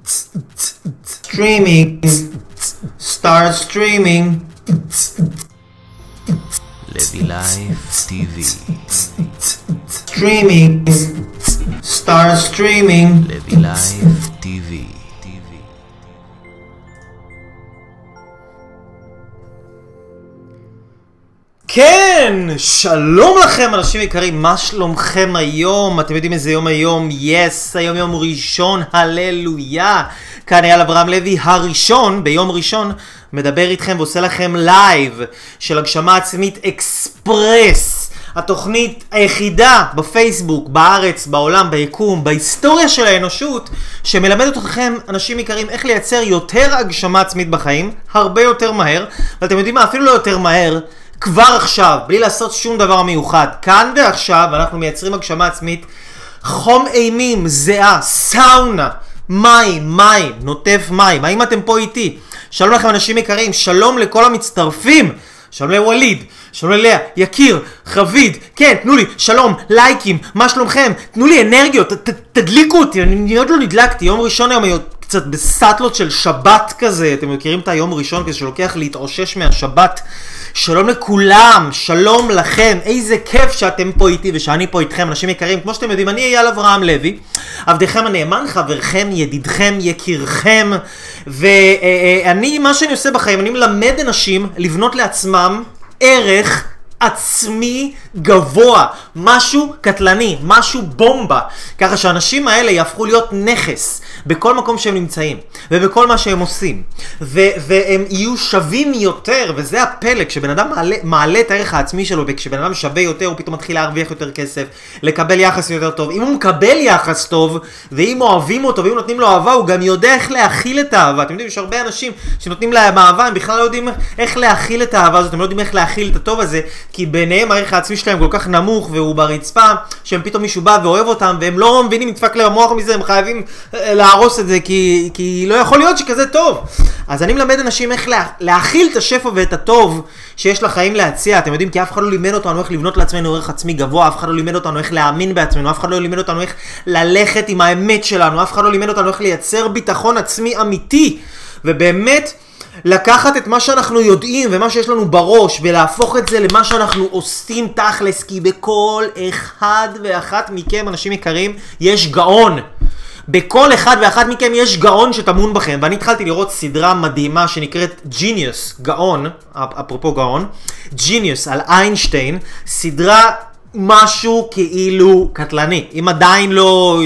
Streaming. Start streaming. Levi Life TV. Streaming. Start streaming. Levi Life TV. כן, שלום לכם אנשים יקרים, מה שלומכם היום? אתם יודעים איזה יום היום? יס, היום יום ראשון, הללויה. כאן אייל אברהם לוי הראשון, ביום ראשון מדבר איתכם ועושה לכם לייב של הגשמה עצמית אקספרס, התוכנית היחידה בפייסבוק, בארץ, בעולם, ביקום, בהיסטוריה של האנושות, שמלמדת אתכם, אנשים יקרים, איך לייצר יותר הגשמה עצמית בחיים, הרבה יותר מהר, ואתם יודעים מה? אפילו לא יותר מהר, כבר עכשיו, בלי לעשות שום דבר מיוחד. כאן ועכשיו אנחנו מייצרים הגשמה עצמית, חום אימים, זהה, סאונה, מים, נוטף מים. האם אתם פה איתי? שלום לכם אנשים יקרים, שלום לכל המצטרפים, שלום לווליד, שלום ללאה, יקיר, חביד, כן, תנו לי, שלום, לייקים, מה שלומכם? תנו לי אנרגיות, תדליקו אותי, אני עוד לא נדלקתי, יום ראשון היום קצת בסטלות של שבת כזה, אתם מכירים את היום ראשון כזה שלוקח להתאושש מהשבת. שלום לכולם, שלום לכם, איזה כיף שאתם פה איתי ושאני פה איתכם אנשים יקרים. כמו שאתם יודעים, אני אייל אברהם לוי, עבדכם הנאמן, חברכם, ידידכם, יקירכם, ואני, מה שאני עושה בחיים, אני מלמד אנשים לבנות לעצמם ערך עצמי גבוה, משהו קטלני, משהו בומבה, ככה שהאנשים האלה יהפכו להיות נכס בכל מקום שהם נמצאים ובכל מה שהם עושים, והם יהיו שווים יותר. וזה הפלא, כשבן אדם מעלה את הערך העצמי שלו, וכשבן אדם שווה יותר הוא פתאום מתחיל להרוויח יותר כסף, לקבל יחס יותר טוב. אם הוא מקבל יחס טוב ואם אוהבים אותו ואם נותנים לו אהבה, הוא גם יודע איך להכיל את האהבה. אתם יודעים, יש הרבה אנשים שנותנים להם אהבה, הם בכלל לא יודעים איך להכיל את האהבה הזאת, הם לא יודעים איך להכיל את הטוב הזה, כי ביניהם הערך העצמי שלהם כל כך נמוך והוא ברצפה, שהם פתאום מישהו בא ואוהב אותם והם לא מבינים, נדפק להם המוח מזה, הם חייבים להרוס את זה כי לא יכול להיות שכזה טוב. אז אני מלמד אנשים איך להכיל את השפע ואת הטוב שיש לחיים להציע. אתם יודעים, כי אף אחד לא לימד אותנו איך לבנות לעצמנו ערך עצמי גבוה, אף אחד לא לימד אותנו איך להאמין בעצמנו, אף אחד לא לימד אותנו איך ללכת עם האמת שלנו, אף אחד לא לימד אותנו איך לייצר ביטחון עצמי אמיתי, ובאמת לקחת את מה שאנחנו יודעים ומה שיש לנו בראש ולהפוך את זה למה שאנחנו עושים תכלס, כי בכל אחד ואחת מכם אנשים יקרים יש גאון. בכל אחד ואחת מכם יש גאון שטמון בכם. ואני התחלתי לראות סדרה מדהימה שנקראת ג'יניוס, גאון, אפרופו גאון, ג'יניוס על איינשטיין, סדרה משהו כאילו קטלני. אם עדיין לא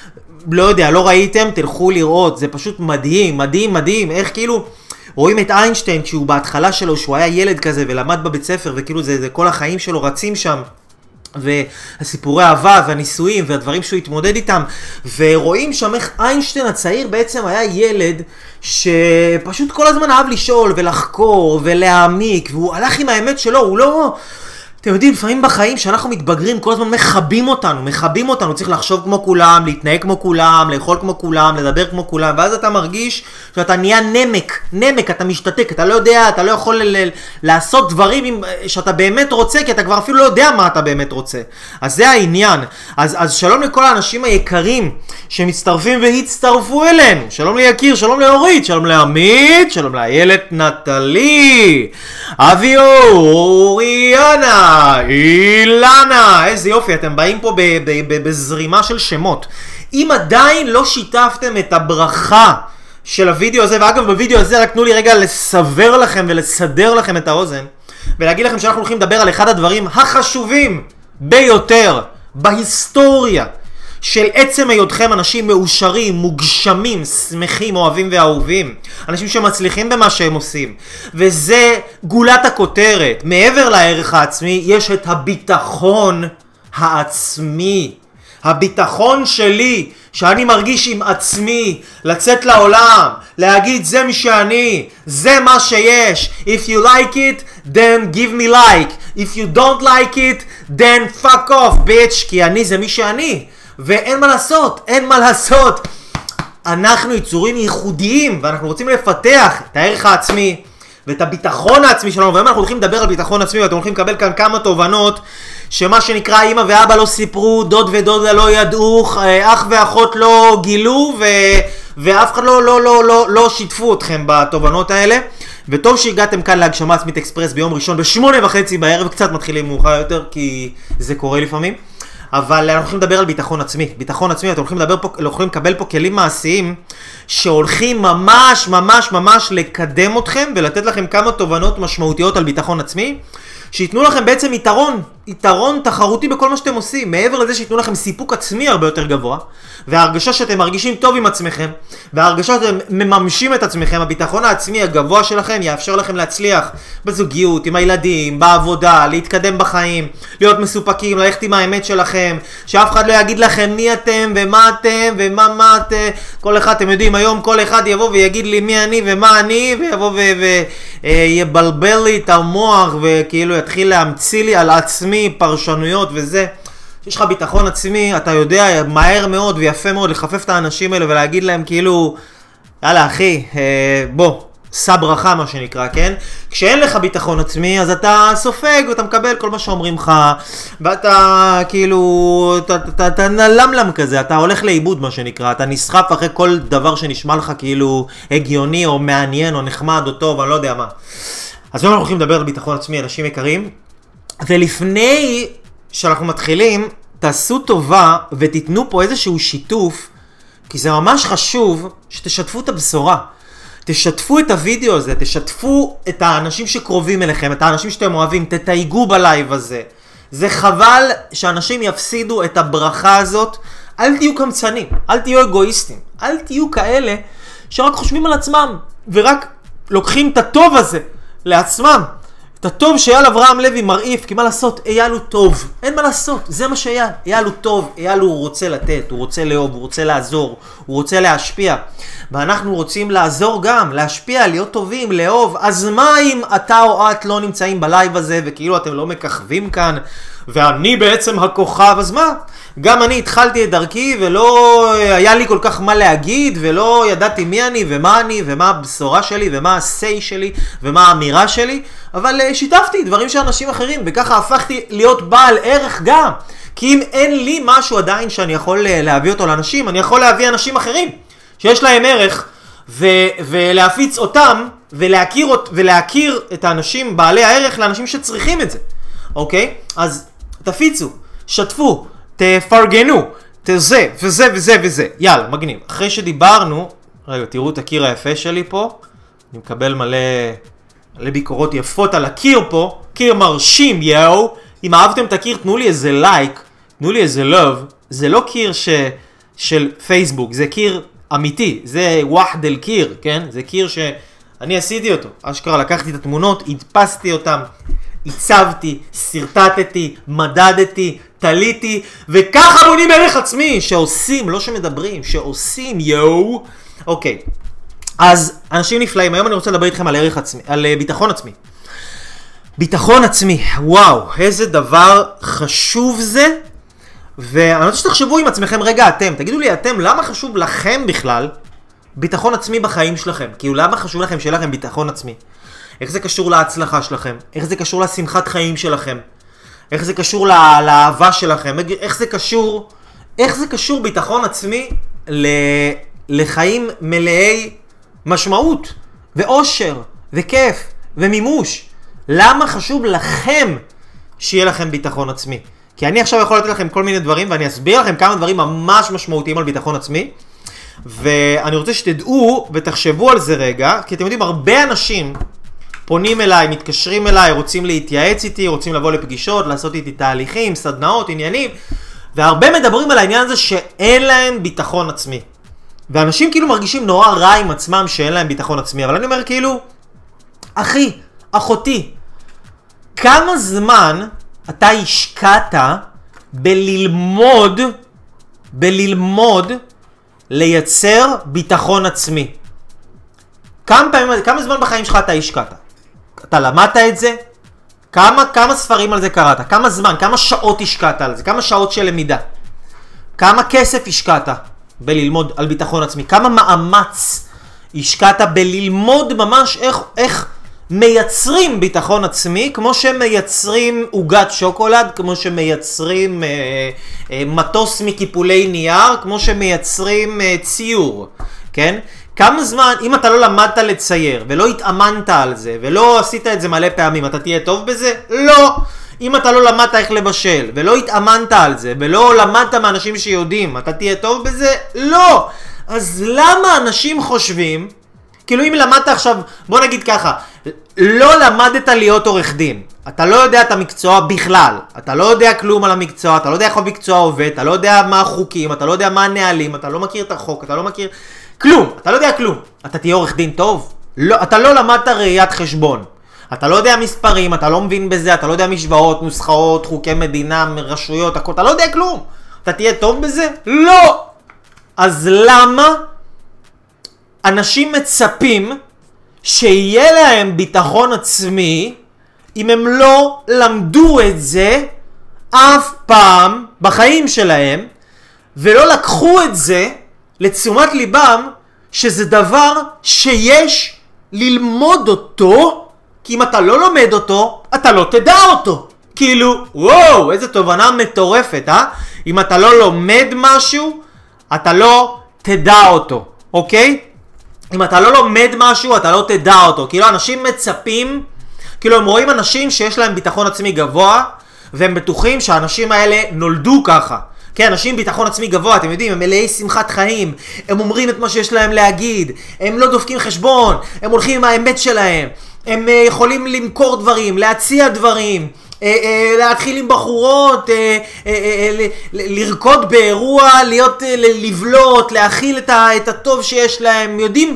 יודע, לא ראיתם, תלכו לראות, זה פשוט מדהים, מדהים, מדהים, איך כאילו רואים את איינשטיין שהוא בהתחלה שלו, שהוא היה ילד כזה ולמד בבית ספר, וכאילו זה כל החיים שלו רצים שם, והסיפורי אהבה והניסויים והדברים שהוא התמודד איתם, ורואים שם איך איינשטיין הצעיר בעצם היה ילד שפשוט כל הזמן אהב לשאול ולחקור ולהעמיק, והוא הלך עם האמת שלו, הוא לא... אתם יודעים, לפעמים בחיים שאנחנו מתבגרים, כל הזמן מחבים אותנו, צריך לחשוב כמו כולם, להתנהג כמו כולם, לאכול כמו כולם, לדבר כמו כולם, ואז אתה מרגיש שאתה נהיה נמק, אתה משתתק, אתה לא יודע, אתה לא יכול לעשות דברים שאתה באמת רוצה, כי אתה כבר אפילו לא יודע מה אתה באמת רוצה. אז זה העניין. אז שלום לכל האנשים היקרים שמצטרפים והצטרפו אלינו. שלום ליקיר, שלום לאורית, שלום לעמית, שלום לאיילת נטלי, אביו, אוריאנה, אילנה, איזה יופי, אתם באים פה בזרימה של שמות. אם עדיין לא שיתפתם את הברכה של הוידאו הזה, ואגב בוידאו הזה רק תנו לי רגע לסבר לכם ולסדר לכם את האוזן, ולהגיד לכם שאנחנו הולכים לדבר על אחד הדברים החשובים ביותר בהיסטוריה של עצם היותכם אנשים מאושרים, מוגשמים, שמחים, אוהבים ואהובים, אנשים שמצליחים במה שהם עושים. וזה גולת הכותרת. מעבר לערך העצמי יש את הביטחון העצמי, הביטחון שלי שאני מרגיש עם עצמי, לצאת לעולם, להגיד זה מי שאני, זה מה שיש. If you like it, then give me like. If you don't like it, then fuck off bitch, כי אני זה מי שאני. ואין מה לעשות, אנחנו יצורים ייחודיים, ואנחנו רוצים לפתח את הערך העצמי ואת הביטחון העצמי שלנו. והיום אנחנו הולכים לדבר על ביטחון עצמי, ואתם הולכים לקבל כאן כמה תובנות שמה שנקרא אמא ואבא לא סיפרו, דוד ודודה לא ידעו, אח ואחות לא גילו, ואף אחד לא שיתפו אתכם בתובנות האלה. וטוב שהגעתם כאן להגשמה עצמית אקספרס ביום ראשון ב8:30 בערב, קצת מתחילים מאוחר יותר כי זה קורה לפעמים. אבל אנחנו הולכים לדבר על ביטחון עצמי. ביטחון עצמי, אתם הולכים לקבל פה כלים מעשיים שהולכים ממש לקדם אתכם ולתת לכם כמה תובנות משמעותיות על ביטחון עצמי, שיתנו לכם בעצם יתרון תחרותי בכל מה שאתם עושים, מעבר לזה שיתנו לכם סיפוק עצמי הרבה יותר גבוה, וההרגשה שאתם מרגישים טוב עם עצמכם, וההרגשה שאתם מממשים את עצמכם, הביטחון העצמי הגבוה שלכם יאפשר לכם להצליח בזוגיות, עם הילדים, בעבודה, להתקדם בחיים, להיות מסופקים, ללכת עם האמת שלכם, שאף אחד לא יגיד לכם מי אתם ומה אתם ומה אתם, כל אחד, אתם יודעים, היום כל אחד יבוא ויגיד לי מי אני ומה אני, ויבוא ויבלבל לי את המוח וכאילו יתחיל להמציא לי על עצמי פרשנויות וזה. יש לך ביטחון עצמי, אתה יודע מהר מאוד ויפה מאוד לחפף את האנשים האלה ולהגיד להם כאילו, יאללה אחי, בוא, שא ברכה מה שנקרא, כן? כשאין לך ביטחון עצמי, אז אתה סופג ואתה מקבל כל מה שאומרים לך, ואתה כאילו, אתה נלמלם כזה, אתה הולך לאיבוד מה שנקרא, אתה נסחף אחרי כל דבר שנשמע לך כאילו הגיוני או מעניין או נחמד או טוב, אני לא יודע מה. אז היום אנחנו הולכים לדבר על ביטחון עצמי, אנשים יקרים, ולפני שאנחנו מתחילים, תעשו טובה ותיתנו פה איזשהו שיתוף, כי זה ממש חשוב שתשתפו את הבשורה. תשתפו את הוידאו הזה, תשתפו את האנשים שקרובים אליכם, את האנשים שאתם אוהבים, תתייגו בלייב הזה. זה חבל שאנשים יפסידו את הברכה הזאת. אל תהיו קמצנים, אל תהיו אגואיסטים, אל תהיו כאלה שרק חושבים על עצמם, ורק לוקחים את הטוב הזה לעצמם. את הטוב שאייל אברהם לוי מרעיף, כי מה לעשות? אייל הוא טוב. אין מה לעשות, זה מה שאייל. אייל הוא טוב, אייל הוא רוצה לתת, הוא רוצה לאהוב, הוא רוצה לעזור, הוא רוצה להשפיע. ואנחנו רוצים לעזור גם, להשפיע, להיות טובים, לאהוב. אז מה אם אתה או את לא נמצאים בלייב הזה, וכאילו אתם לא מככבים כאן, ואני בעצם הכוכב, אז מה? גם אני התחלתי את דרכי ולא היה לי כל כך מה להגיד, ולא ידעתי מי אני ומה הבשורה שלי ומה ה-say שלי ומה האמירה שלי, אבל שיתפתי דברים של אנשים אחרים, וככה הפכתי להיות בעל ערך גם. כי אם אין לי משהו עדיין שאני יכול להביא אותו לאנשים, אני יכול להביא אנשים אחרים שיש להם ערך, ולהפיץ אותם ולהכיר את האנשים בעלי הערך לאנשים שצריכים את זה. אוקיי? אז תפיצו, שתפו, תפרגנו, זה וזה וזה וזה. יאללה, מגניב. אחרי שדיברנו, רגע, תראו את הקיר היפה שלי פה. אני מקבל מלא ביקורות יפות על הקיר פה. קיר מרשים, יאו. אם אהבתם את הקיר, תנו לי איזה לייק, תנו לי איזה לוב. זה לא קיר של פייסבוק, זה קיר אמיתי. זה וואחד אל קיר, כן? זה קיר שאני עשיתי אותו. אשכרה לקחתי את התמונות, הדפסתי אותם, עיצבתי, סרטטתי, מדדתי, תליתי, וככה בונים ערך עצמי, שעושים, לא שמדברים, שעושים, יואו. אוקיי, אז אנשים נפלאים, היום אני רוצה לדבר איתכם על ערך עצמי, על ביטחון עצמי. ביטחון עצמי, וואו, איזה דבר חשוב זה, ואני רוצה שתחשבו עם עצמכם רגע אתם, תגידו לי אתם, למה חשוב לכם בכלל ביטחון עצמי בחיים שלכם? כאילו למה חשוב לכם שיהיה לכם ביטחון עצמי? איך זה קשור להצלחה שלכם? איך זה קשור לשמחת חיים שלכם? איך זה קשור לאהבה שלכם? איך זה קשור ביטחון עצמי לחיים מלאי משמעות ואושר וכיף ומימוש? למה חשוב לכם שיהיה לכם ביטחון עצמי? כי אני עכשיו יכול לתת לכם כל מיני דברים, ואני אסביר לכם כמה דברים ממש משמעותיים על ביטחון עצמי, ואני רוצה שתדעו ותחשבו על זה רגע, כי אתם יודעים, הרבה אנשים פונים אליי, מתקשרים אליי, רוצים להתייעץ איתי, רוצים לבוא לפגישות, לעשות איתי תהליכים, סדנאות, עניינים, והרבה מדברים על העניין הזה שאין להם ביטחון עצמי. ואנשים כאילו מרגישים נורא רע עם עצמם שאין להם ביטחון עצמי, אבל אני אומר כאילו, אחי, אחותי, כמה זמן אתה השקעת בללמוד לייצר ביטחון עצמי? כמה זמן בחיים שלך אתה השקעת? אתה למדת את זה? כמה ספרים על זה קראת? כמה זמן? כמה שעות השקעת על זה? כמה שעות של למידה? כמה כסף השקעת בללמוד על ביטחון עצמי? כמה מאמץ השקעת בללמוד ממש איך מייצרים ביטחון עצמי, כמו שמייצרים עוגת שוקולד, כמו שמייצרים מטוס מקיפולי נייר, כמו שמייצרים ציור. כן? כמה זמן, אם אתה לא למדת לצייר, ולא התאמנת על זה, ולא עשית את זה מלא פעמים, אתה תהיה טוב בזה? לא! אם אתה לא למדת איך לבשל, ולא התאמנת על זה, ולא למדת מאנשים שיודעים, אתה תהיה טוב בזה? לא! אז למה אנשים חושבים, כאילו אם למדת עכשיו, בוא נגיד ככה, לא למדת להיות עורך דין, אתה לא יודע את המקצוע בכלל, אתה לא יודע כלום על המקצוע, אתה לא יודע איך המקצוע עובד, אתה לא יודע מה החוקים, אתה לא יודע מה הנהלים, אתה לא מכיר את החוק, אתה לא מכיר כלום, אתה לא יודע כלום. אתה תהיה עורך דין טוב? לא, אתה לא למדת ראיית חשבון, אתה לא יודע מספרים, אתה לא מבין בזה, אתה לא יודע משוואות, נוסחאות, חוקי מדינה, רשויות, הכל, אתה לא יודע כלום. אתה תהיה טוב בזה? לא! אז למה אנשים מצפים שיהיה להם ביטחון עצמי אם הם לא למדו את זה אף פעם בחיים שלהם, ולא לקחו את זה לתשומת ליבם שזה דבר שיש ללמוד אותו, כי אם אתה לא לומד אותו, אתה לא תדע אותו. כאילו, וואו, איזה תובנה מטורפת, אם אתה לא לומד משהו, אתה לא תדע אותו, אוקיי? אם אתה לא לומד משהו, אתה לא תדע אותו. כאילו, אנשים מצפים, כאילו, הם רואים אנשים שיש להם ביטחון עצמי גבוה, והם בטוחים שהאנשים האלה נולדו ככה. כן, אנשים ביטחון עצמי גבוה, אתם יודעים, הם מלאי שמחת חיים, הם אומרים את מה שיש להם להגיד, הם לא דופקים חשבון, הם הולכים עם האמת שלהם, הם יכולים למכור דברים, להציע דברים, להתחיל עם בחורות, לרקוד באירוע, לבלוט, להכיל את הטוב שיש להם, יודעים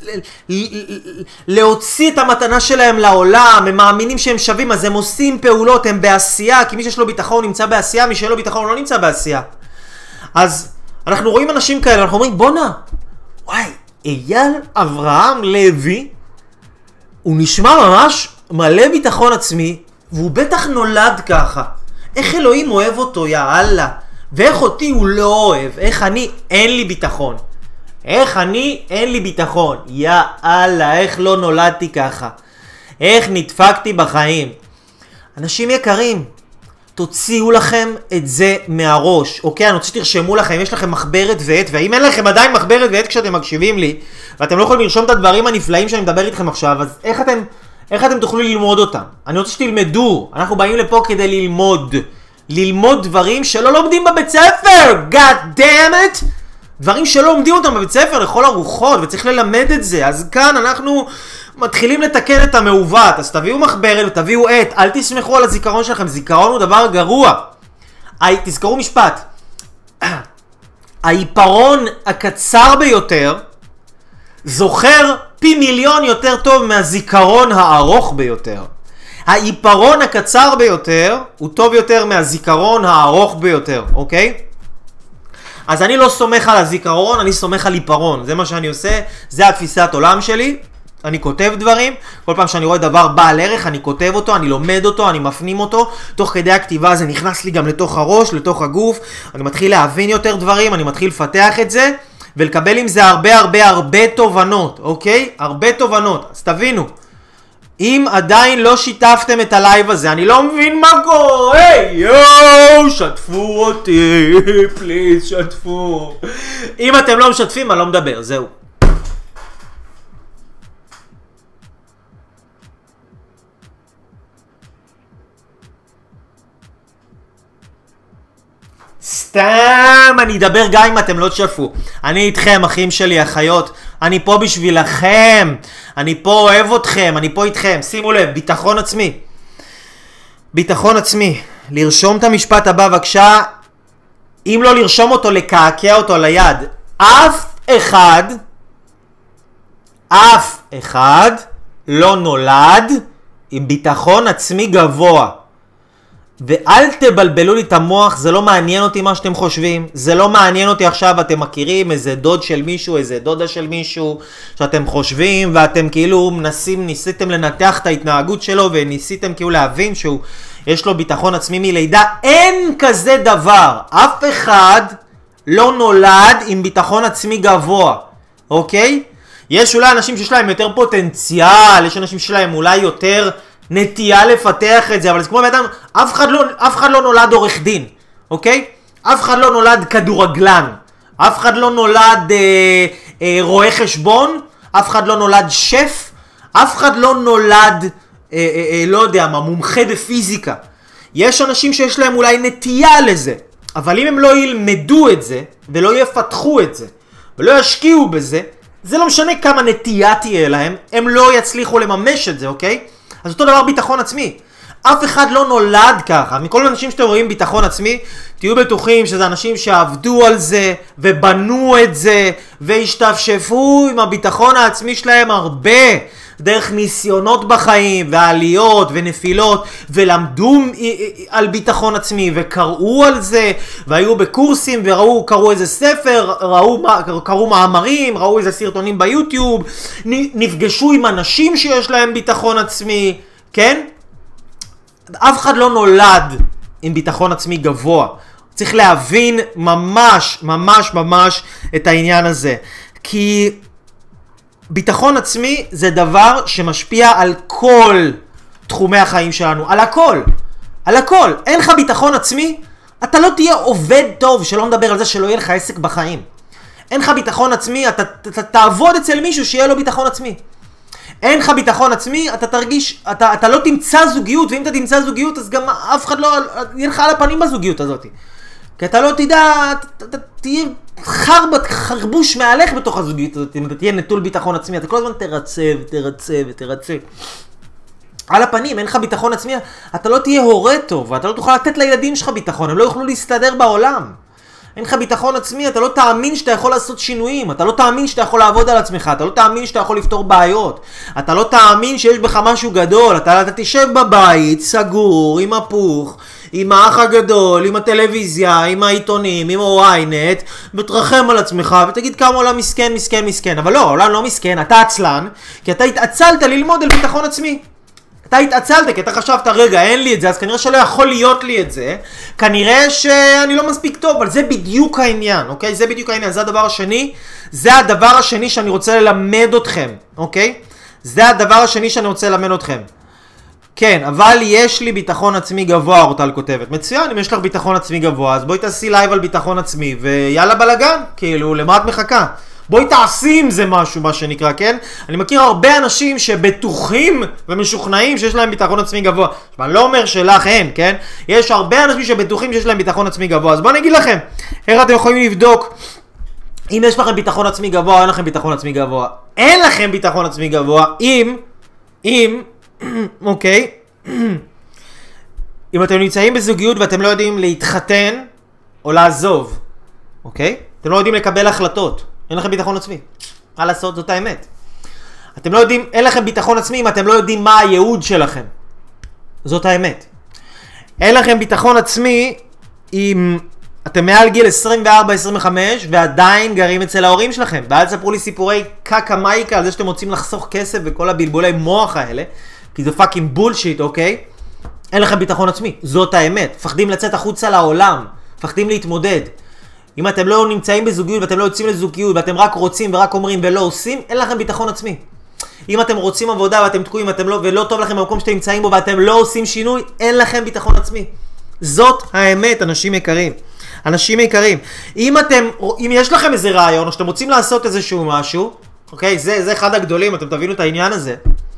להוציא את המתנה שלהם לעולם, הם מאמינים שהם שווים, אז הם עושים פעולות, הם בעשייה, כי מי שיש לו ביטחון נמצא בעשייה, מי שאין לו ביטחון לא נמצא בעשייה. אז אנחנו רואים אנשים כאלה, אנחנו אומרים, בונה, וואי, אייל אברהם לוי, הוא נשמע ממש מלא ביטחון עצמי, והוא בטח נולד ככה. איך אלוהים אוהב אותו, יא אללה? ואיך אותי הוא לא אוהב? איך אני, אין לי ביטחון? איך אני, אין לי ביטחון? יא אללה, איך לא נולדתי ככה? איך נדפקתי בחיים? אנשים יקרים, תוציאו לכם את זה מהראש, אוקיי? אני רוצה שתרשמו לכם, יש לכם מחברת ועט, ואם אין לכם עדיין מחברת ועט כשאתם מקשיבים לי, ואתם לא יכולים לרשום את הדברים הנפלאים שאני מדבר איתכם עכשיו, אז איך אתם תוכלו ללמוד אותם? אני רוצה שתלמדו, אנחנו באים לפה כדי ללמוד דברים שלא לומדים בבית ספר, God damn it! דברים שלא לומדים אותם בבית ספר לכל הרוחות, וצריך ללמד את זה. אז כאן אנחנו מתחילים לתקן את המעוות, אז תביאו מחברת ותביאו עט, אל תסמכו על הזיכרון שלכם, זיכרון הוא דבר גרוע. תזכרו משפט, העיפרון הקצר ביותר זוכר פי מיליון יותר טוב מהזיכרון הארוך ביותר. העיפרון הקצר ביותר הוא טוב יותר מהזיכרון הארוך ביותר, אוקיי? אז אני לא סומך על הזיכרון, אני סומך על עיפרון. זה מה שאני עושה, זה התפיסת עולם שלי. אני כותב דברים, כל פעם שאני רואה דבר בעל ערך, אני כותב אותו, אני לומד אותו, אני מפנים אותו. תוך כדי הכתיבה זה נכנס לי גם לתוך הראש, לתוך הגוף. אני מתחיל להבין יותר דברים, אני מתחיל לפתח את זה, ולקבל עם זה הרבה תובנות, אוקיי? הרבה תובנות. אז תבינו, אם עדיין לא שיתפתם את הלייב הזה, אני לא מבין מה קורה. יואו, שתפו אותי, פליז, שתפו. אם אתם לא משתפים, אני לא מדבר, זהו. סתם, אני אדבר גם אם אתם לא תשתפו. אני איתכם, אחים שלי, אחיות. אני פה בשבילכם. אני פה אוהב אתכם, אני פה איתכם. שימו לב, ביטחון עצמי. ביטחון עצמי. לרשום את המשפט הבא, בבקשה. אם לא לרשום אותו, לקעקע אותו על היד. אף אחד לא נולד עם ביטחון עצמי גבוה. ואל תבלבלו לי את המוח, זה לא מעניין אותי מה שאתם חושבים, זה לא מעניין אותי עכשיו, אתם מכירים איזה דוד של מישהו, איזה דודה של מישהו שאתם חושבים, ואתם כאילו ניסיתם לנתח את ההתנהגות שלו, וניסיתם כאילו להבין שהוא, יש לו ביטחון עצמי מלידה. אין כזה דבר, אף אחד לא נולד עם ביטחון עצמי גבוה, אוקיי? יש אולי אנשים שיש להם יותר פוטנציאל, יש אנשים שלהם אולי יותר נטייה לפתח את זה, אבל זה כמו באדם, אף אחד לא נולד עורך דין, אוקיי? אף אחד לא נולד כדורגלן, אף אחד לא נולד רואה חשבון, אף אחד לא נולד שף, אף אחד לא נולד, לא יודע מה, מומחה בפיזיקה. יש אנשים שיש להם אולי נטייה לזה, אבל אם הם לא ילמדו את זה, ולא יפתחו את זה, ולא ישקיעו בזה, זה לא משנה כמה נטייה תהיה להם, הם לא יצליחו לממש את זה, אוקיי? אז אותו דבר ביטחון עצמי. אף אחד לא נולד ככה. מכל האנשים שאתם רואים ביטחון עצמי, תהיו בטוחים שזה אנשים שעבדו על זה, ובנו את זה, והשתפשפו עם הביטחון העצמי שלהם הרבה, דרך ניסיונות בחיים, ועליות, ונפילות, ולמדו על ביטחון עצמי, וקראו על זה, והיו בקורסים, קראו איזה ספר, קראו מאמרים, ראו איזה סרטונים ביוטיוב, נפגשו עם אנשים שיש להם ביטחון עצמי, כן? אף אחד לא נולד עם ביטחון עצמי גבוה. צריך להבין ממש את העניין הזה. כי ביטחון עצמי זה דבר שמשפיע על כל תחומי החיים שלנו. על הכל. על הכל. אין לך ביטחון עצמי, אתה לא תהיה עובד טוב, שלא נדבר על זה שלא יהיה לך עסק בחיים. אין לך ביטחון עצמי, אתה תעבוד אצל מישהו שיהיה לו ביטחון עצמי. אין לך ביטחון עצמי, אתה תרגיש, אתה לא תמצא זוגיות, ואם אתה תמצא זוגיות, אז גם אף אחד לא יהיה לך על הפנים בזוגיות הזאת. כי אתה לא תדע, אתה תהיה חרבוש מעליך בתוך הזוגיות הזאת, אם אתה תהיה נטול ביטחון עצמי, אתה כל הזמן תרצה. על הפנים, אין לך ביטחון עצמי, אתה לא תהיה הורה טוב, ואתה לא תוכל לתת לילדים שלך ביטחון, הם לא יוכלו להסתדר בעולם. אין לך ביטחון עצמי, אתה לא תאמין שאתה יכול לעשות שינויים, אתה לא תאמין שאתה יכול לעבוד על עצמך, אתה לא תאמין שאתה יכול לפתור בעיות, אתה לא תאמין שיש בך משהו גדול, אתה תשב בבית, סגור, עם הפוך, עם האח הגדול, עם הטלוויזיה, עם העיתונים, עם ה-ynet, ותרחם על עצמך ותגיד כמה עולם מסכן, אבל לא, העולם לא מסכן, אתה עצלן, כי אתה התעצלת ללמוד על ביטחון עצמי. אתה התעצלת, כי אתה חשבת, רגע, אין לי את זה, אז כנראה שלא יכול להיות לי את זה, כנראה שאני לא מספיק טוב, אבל זה בדיוק העניין, אוקיי? זה בדיוק העניין, זה הדבר השני, שאני רוצה ללמד אתכם, אוקיי? זה הדבר השני שאני רוצה ללמד אתכם. כן, אבל יש לי ביטחון עצמי גבוה, אורטל כותבת. מצוין, אם יש לך ביטחון עצמי גבוה, אז בואי תעשי לייב על ביטחון עצמי, ויאללה בלגן, כאילו, למה את מחכה? בואי תעשי עם זה משהו, מה שנקרא, כן? אני מכיר הרבה אנשים שבטוחים ומשוכנעים שיש להם ביטחון עצמי גבוה. אני לא אומר שלך אין, כן? יש הרבה אנשים שבטוחים שיש להם ביטחון עצמי גבוה. אז בואו נגיד לכם, איך אתם יכולים לבדוק אם יש לכם ביטחון עצמי גבוה או אין לכם ביטחון עצמי גבוה. אין לכם ביטחון עצמי גבוה אוקיי, אם אתם נמצאים בזוגיות ואתם לא יודעים להתחתן או לעזוב, אוקיי? אתם לא יודעים לקבל החלטות. אין לכם ביטחון עצמי. מה לעשות? זאת האמת. אתם לא יודעים, אין לכם ביטחון עצמי אם אתם לא יודעים מה הייעוד שלכם. זאת האמת. אין לכם ביטחון עצמי אם אתם מעל גיל 24-25 ועדיין גרים אצל ההורים שלכם. ואל תספרו לי סיפורי קקה מייקה על זה שאתם רוצים לחסוך כסף וכל הבלבולי מוח האלה. כי זה פאקינג בולשיט, אוקיי? אין לכם ביטחון עצמי. זאת האמת. מפחדים לצאת החוצה לעולם. מפחדים להתמודד. אם אתם לא נמצאים בזוגיות ואתם לא יוצאים לזוגיות ואתם רק רוצים ורק אומרים ולא עושים, אין לכם ביטחון עצמי. אם אתם רוצים עבודה ואתם תקועים ולא טוב לכם במקום שאתם נמצאים בו ואתם לא עושים שינוי, אין לכם ביטחון עצמי. זאת האמת, אנשים יקרים. אנשים יקרים. אם יש לכם איזה רעיון או שאתם רוצים לעשות איזשהו משהו, אוקיי? זה אחד הגדולים, אתם תבינו את העניין הזה.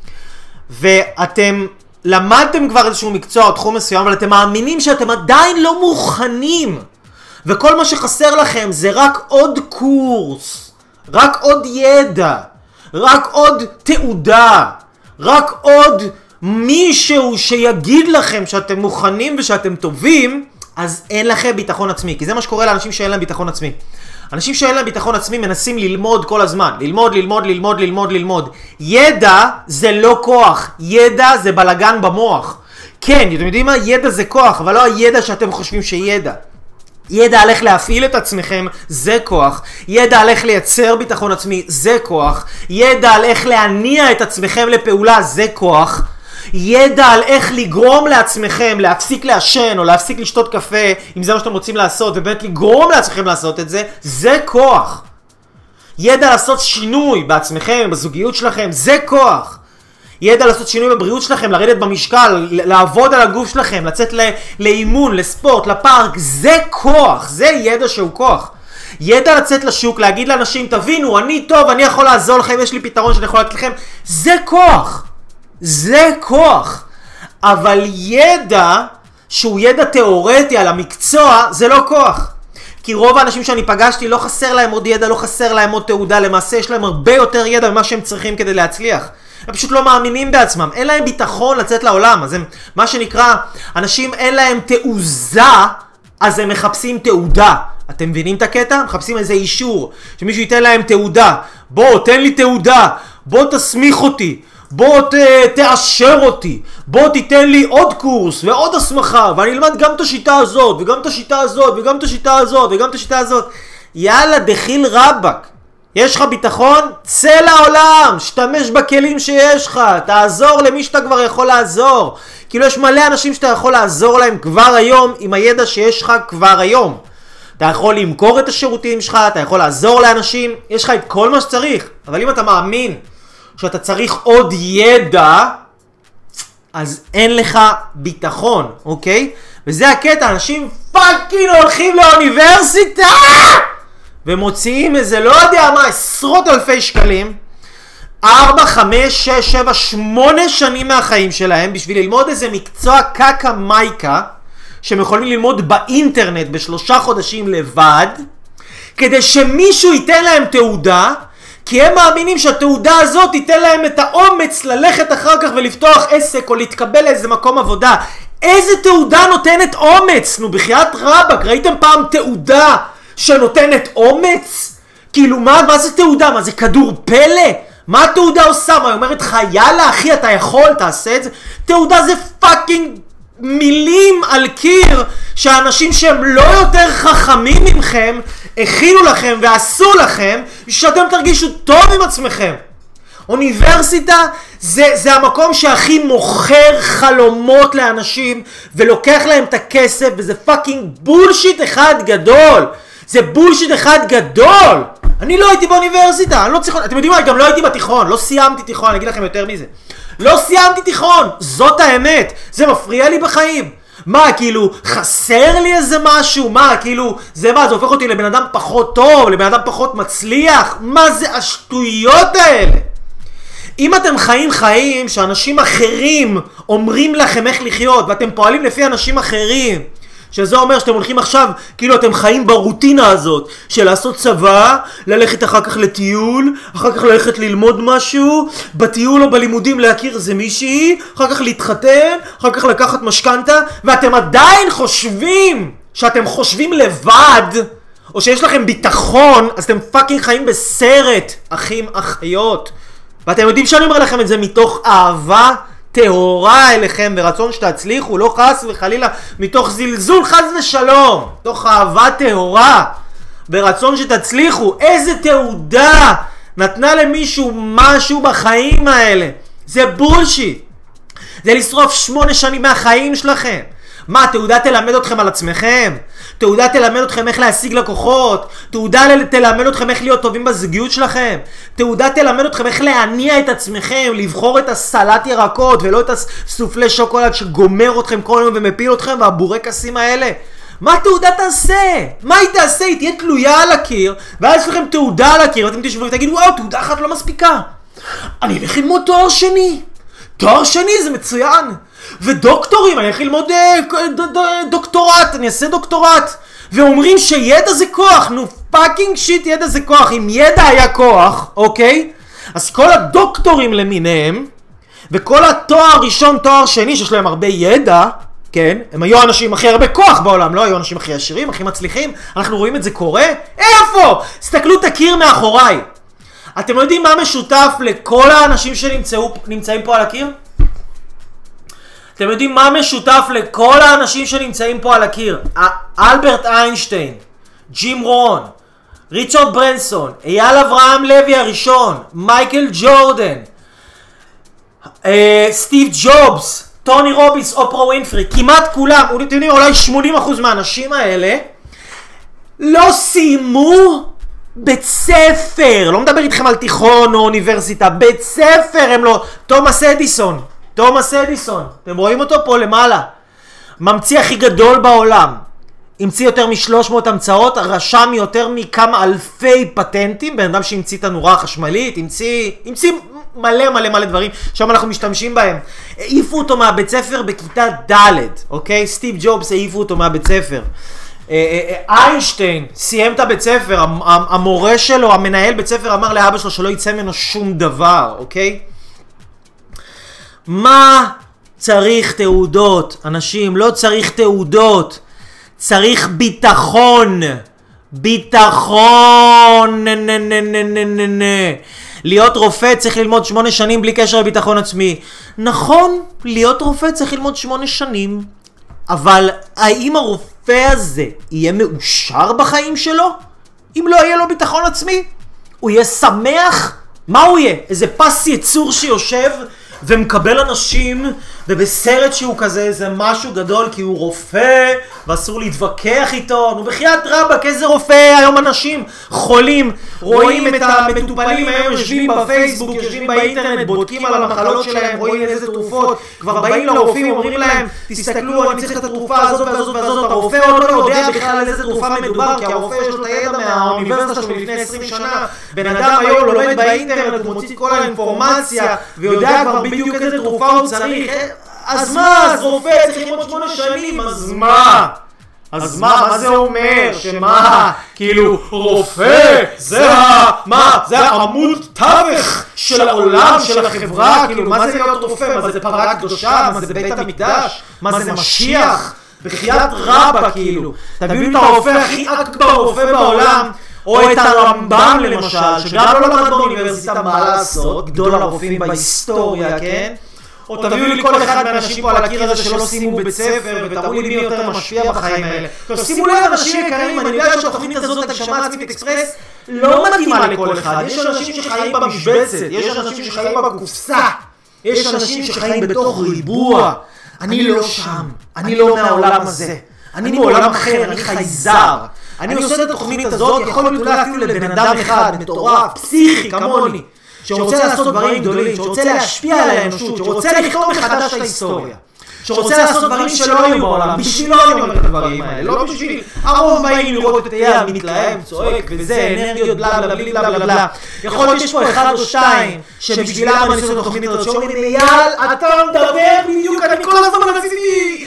ואתם למדתם כבר איזשהו מקצוע או תחום מסוים, אבל אתם מאמינים שאתם עדיין לא מוכנים. וכל מה שחסר לכם זה רק עוד קורס, רק עוד ידע, רק עוד תעודה, רק עוד מישהו שיגיד לכם שאתם מוכנים ושאתם טובים, אז אין לכם ביטחון עצמי. כי זה מה שקורה לאנשים שאין להם ביטחון עצמי. אנשים שאין להם ביטחון עצמי מנסים ללמוד כל הזמן. ללמוד. ידע זה לא כוח. ידע זה בלגן במוח. כן, אתם יודעים מה? ידע זה כוח, אבל לא הידע שאתם חושבים שידע. ידע על איך להפעיל את עצמכם, זה כוח. ידע על איך לייצר ביטחון עצמי, זה כוח. ידע על איך להניע את עצמכם לפעולה, זה כוח. ידע על איך לגרום לעצמכם להפסיק לעשן או להפסיק לשתות קפה, אם זה מה שאתם רוצים לעשות, ובאמת לגרום לעצמכם לעשות את זה, זה כוח. ידע לעשות שינוי בעצמכם, בזוגיות שלכם, זה כוח. ידע לעשות שינוי בבריאות שלכם, לרדת במשקל, לעבוד על הגוף שלכם, לצאת לאימון, לספורט, לפארק, זה כוח, זה ידע שהוא כוח. ידע לצאת לשוק, להגיד לאנשים, תבינו, אני טוב, אני יכול לעזור לכם, יש לי פתרון שאני יכול לתת לכם. זה כוח. זה כוח. אבל ידע שהוא ידע תיאורטי על המקצוע, זה לא כוח. כי רוב האנשים שאני פגשתי לא חסר להם עוד ידע, לא חסר להם עוד תעודה, למעשה יש להם הרבה יותר ידע ממה שהם צריכים כדי להצליח. הם פשוט לא מאמינים בעצמם, אין להם ביטחון לצאת לעולם, אז הם, מה שנקרא, אנשים אין להם תעוזה, אז הם מחפשים תעודה. אתם מבינים את הקטע? מחפשים איזה אישור, שמישהו ייתן להם תעודה. בוא, תן לי תעודה, בוא תסמיך אותי, בוא תאשר אותי, בוא תיתן לי עוד קורס ועוד הסמכה, ואני אלמד גם את השיטה הזאת, וגם את השיטה הזאת, וגם את השיטה הזאת, וגם את השיטה הזאת. יאללה, דחיל רבק. יש לך ביטחון? צא לעולם, שתמש בכלים שיש לך, תעזור למי שאתה כבר יכול לעזור. כאילו יש מלא אנשים שאתה יכול לעזור להם כבר היום עם הידע שיש לך כבר היום. אתה יכול למכור את השירותים שלך, אתה יכול לעזור לאנשים, יש לך את כל מה שצריך. אבל אם אתה מאמין שאתה צריך עוד ידע, אז אין לך ביטחון, אוקיי? וזה הקטע, אנשים פאקינג הולכים לאוניברסיטה ומוציאים איזה, לא יודע מה, עשרות אלפי שקלים, 4, 5, 6, 7, 8 שנים מהחיים שלהם, בשביל ללמוד איזה מקצוע קקה מייקה, שהם יכולים ללמוד באינטרנט ב3 חודשים לבד, כדי שמישהו ייתן להם תעודה, כי הם מאמינים שהתעודה הזאת תיתן להם את האומץ ללכת אחר כך ולפתוח עסק או להתקבל לאיזה מקום עבודה. איזה תעודה נותנת אומץ? נו, בחייאת רבק, ראיתם פעם תעודה שנותנת אומץ? כאילו, מה זה תעודה? מה זה כדור פלא? מה התעודה עושה? מה היא אומרת לך, יאללה אחי, אתה יכול, תעשה את זה? תעודה זה פאקינג מילים על קיר שהאנשים שהם לא יותר חכמים ממכם הכינו לכם ועשו לכם שאתם תרגישו טוב עם עצמכם. אוניברסיטה זה המקום שהכי מוכר חלומות לאנשים ולוקח להם את הכסף, וזה פאקינג בולשיט אחד גדול. זה בולשיט אחד גדול. אני לא הייתי באוניברסיטה, אני לא צריך... אתם יודעים מה? גם לא הייתי בתיכון, לא סיימתי תיכון, אני אגיד לכם יותר מזה. לא סיימתי תיכון, זאת האמת. זה מפריע לי בחיים. מה, כאילו, חסר לי איזה משהו? מה, כאילו, זה מה, זה הופך אותי לבן אדם פחות טוב, לבן אדם פחות מצליח? מה זה השטויות האלה? אם אתם חיים שאנשים אחרים אומרים לכם איך לחיות, ואתם פועלים לפי אנשים אחרים, שזה אומר שאתם הולכים עכשיו, כאילו אתם חיים ברוטינה הזאת, של לעשות צבא, ללכת אחר כך לטיול, אחר כך ללכת ללמוד משהו, בטיול או בלימודים להכיר איזה מישהי, אחר כך להתחתן, אחר כך לקחת משכנתה, ואתם עדיין חושבים שאתם חושבים לבד, או שיש לכם ביטחון, אז אתם פאקינג חיים בסרט, אחים, אחיות. ואתם יודעים שאני אומר לכם את זה מתוך אהבה טהורה אליכם ורצון שתצליחו, לא חס וחלילה מתוך זלזול, חס ושלום, תוך אהבה טהורה ברצון שתצליחו. איזה תעודה נתנה למישהו משהו בחיים האלה? זה בולשיט. זה לשרוף 8 שנים מהחיים שלכם. מה, תעודה תלמד אתכם על עצמכם? תעודה תלמד אתכם איך להשיג לקוחות? תעודה תלמד אתכם איך להיות טובים בזוגיות שלכם? תעודה תלמד אתכם איך להניע את עצמכם, לבחור את הסלט ירקות ולא את הסופלי שוקולד שגומר אתכם כל יום ומפיל אתכם והבורקסים האלה? מה תעודה תעשה? מה היא תעשה? היא תהיה תלויה על הקיר, ואז יש לכם תעודה על הקיר, ואתם תשבו ותגידו, וואו, תעודה אחת לא מספיקה. אני אלך ללמוד תואר שני. תואר שני זה מצוין. ודוקטורים, אני הולך ללמוד דוקטורט, אני אעשה דוקטורט. ואומרים שידע זה כוח, נו פאקינג שיט, ידע זה כוח. אם ידע היה כוח, אוקיי? אז כל הדוקטורים למיניהם, וכל התואר ראשון, תואר שני, שיש להם הרבה ידע, כן? הם היו אנשים הכי הרבה כוח בעולם, לא היו אנשים הכי עשירים, הכי מצליחים. אנחנו רואים את זה קורה? איפה? תסתכלו את הקיר מאחוריי. אתם יודעים מה משותף לכל האנשים שנמצאים פה על הקיר? אתם יודעים מה משותף לכל האנשים שנמצאים פה על הקיר? אלברט איינשטיין, ג'ים רון, ריצ'רד ברנסון, אייל אברהם לוי הראשון, מייקל ג'ורדן, סטיב ג'ובס, טוני רובינס, אופרה ווינפרי, כמעט כולם, אתם יודעים, אולי 80% מהאנשים האלה לא סיימו בית ספר. לא מדבר איתכם על תיכון או אוניברסיטה, בית ספר הם לא. תומאס אדיסון, אתם רואים אותו פה למעלה, ממציא הכי גדול בעולם, המציא יותר מ-300 המצאות, רשם יותר מכמה אלפי פטנטים, בן אדם שהמציא את הנורה החשמלית, המציא מלא דברים, שם אנחנו משתמשים בהם. העיפו אותו מהבית ספר בכיתה ד', אוקיי? סטיב ג'ובס העיפו אותו מהבית ספר. איינשטיין סיים את הבית ספר, המורה שלו, המנהל בית ספר אמר לאבא שלו שלא יצא ממנו שום דבר, אוקיי? מה צריך תעודות? אנשים, לא צריך תעודות, צריך ביטחון. ביטחון. להיות רופא צריך ללמוד 8 שנים בלי קשר לביטחון עצמי. נכון, להיות רופא צריך ללמוד 8 שנים, אבל האם הרופא הזה יהיה מאושר בחיים שלו? אם לא יהיה לו ביטחון עצמי? הוא יהיה שמח? מה הוא יהיה? איזה פס יצור שיושב ומקבל אנשים, ובסרט שהוא כזה, זה משהו גדול כי הוא רופא ואסור להתווכח איתו. נו בחייאת רבאק, איזה רופא? היום אנשים חולים, רואים את המטופלים היום, יושבים בפייסבוק, יושבים באינטרנט, בודקים על המחלות שלהם, רואים איזה תרופות, כבר באים לרופאים, אומרים להם, תסתכלו, אני צריך את התרופה הזאת והזאת והזאת. הרופא עוד לא יודע בכלל על איזה תרופה מדובר, כי הרופא יש לו את הידע מהאוניברסיטה שלו לפני 20 שנה. בן אדם היום לומד באינטרנט, הוא מוציא כל האינפורמציה ויודע כבר בדיוק איזה תרופה הוא צריך. אז מה? אז רופא צריך ללמוד 8 שנים, אז מה? אז מה זה אומר? שמה? כאילו, רופא זה זה עמוד תווך של העולם, של החברה. כאילו, מה זה להיות רופא? מה זה פרה קדושה? מה זה בית המקדש? מה זה משיח? בחייאת רבאק, כאילו. תביאו את הרופא הכי אכבר רופא בעולם, או את הרמב"ם למשל, שגם לא למד באוניברסיטה, מה לעשות, גדול הרופאים בהיסטוריה, כן? או תביאו לי כל אחד מהאנשים פה על הקיר הזה שלא סיימו בית ספר, ותראו לי מי יותר משפיע בחיים האלה. שימו לב, אנשים יקרים, אני יודע שהתוכנית הזאת, הגשמה עצמית אקספרס, לא מתאימה לכל אחד. יש אנשים שחיים במשבצת, יש אנשים שחיים בקופסה, יש אנשים שחיים בתוך ריבוע. אני לא שם, אני לא מהעולם הזה, אני מעולם אחר, אני חייזר. אני עושה את התוכנית הזאת, יכול להיות אולי אפילו לבן אדם אחד, מטורף, פסיכי כמוני, שרוצה לעשות דברים גדולים, שרוצה להשפיע על האנושות, שרוצה לכתוב מחדש את ההיסטוריה, שרוצה לעשות דברים שלא היו בעולם, בשבילו אני אומר את הדברים האלה, לא בשביל הרוב באים לראות את אייל מתלהם, צועק וזה, אנרגיות בלה בלה בלה בלה בלה. יכול להיות שיש פה אחד או שתיים שבשבילם אני עושה את התוכנית הזאת, שאומרים אייל, אתה מדבר בדיוק, אני כל הזמן רציתי,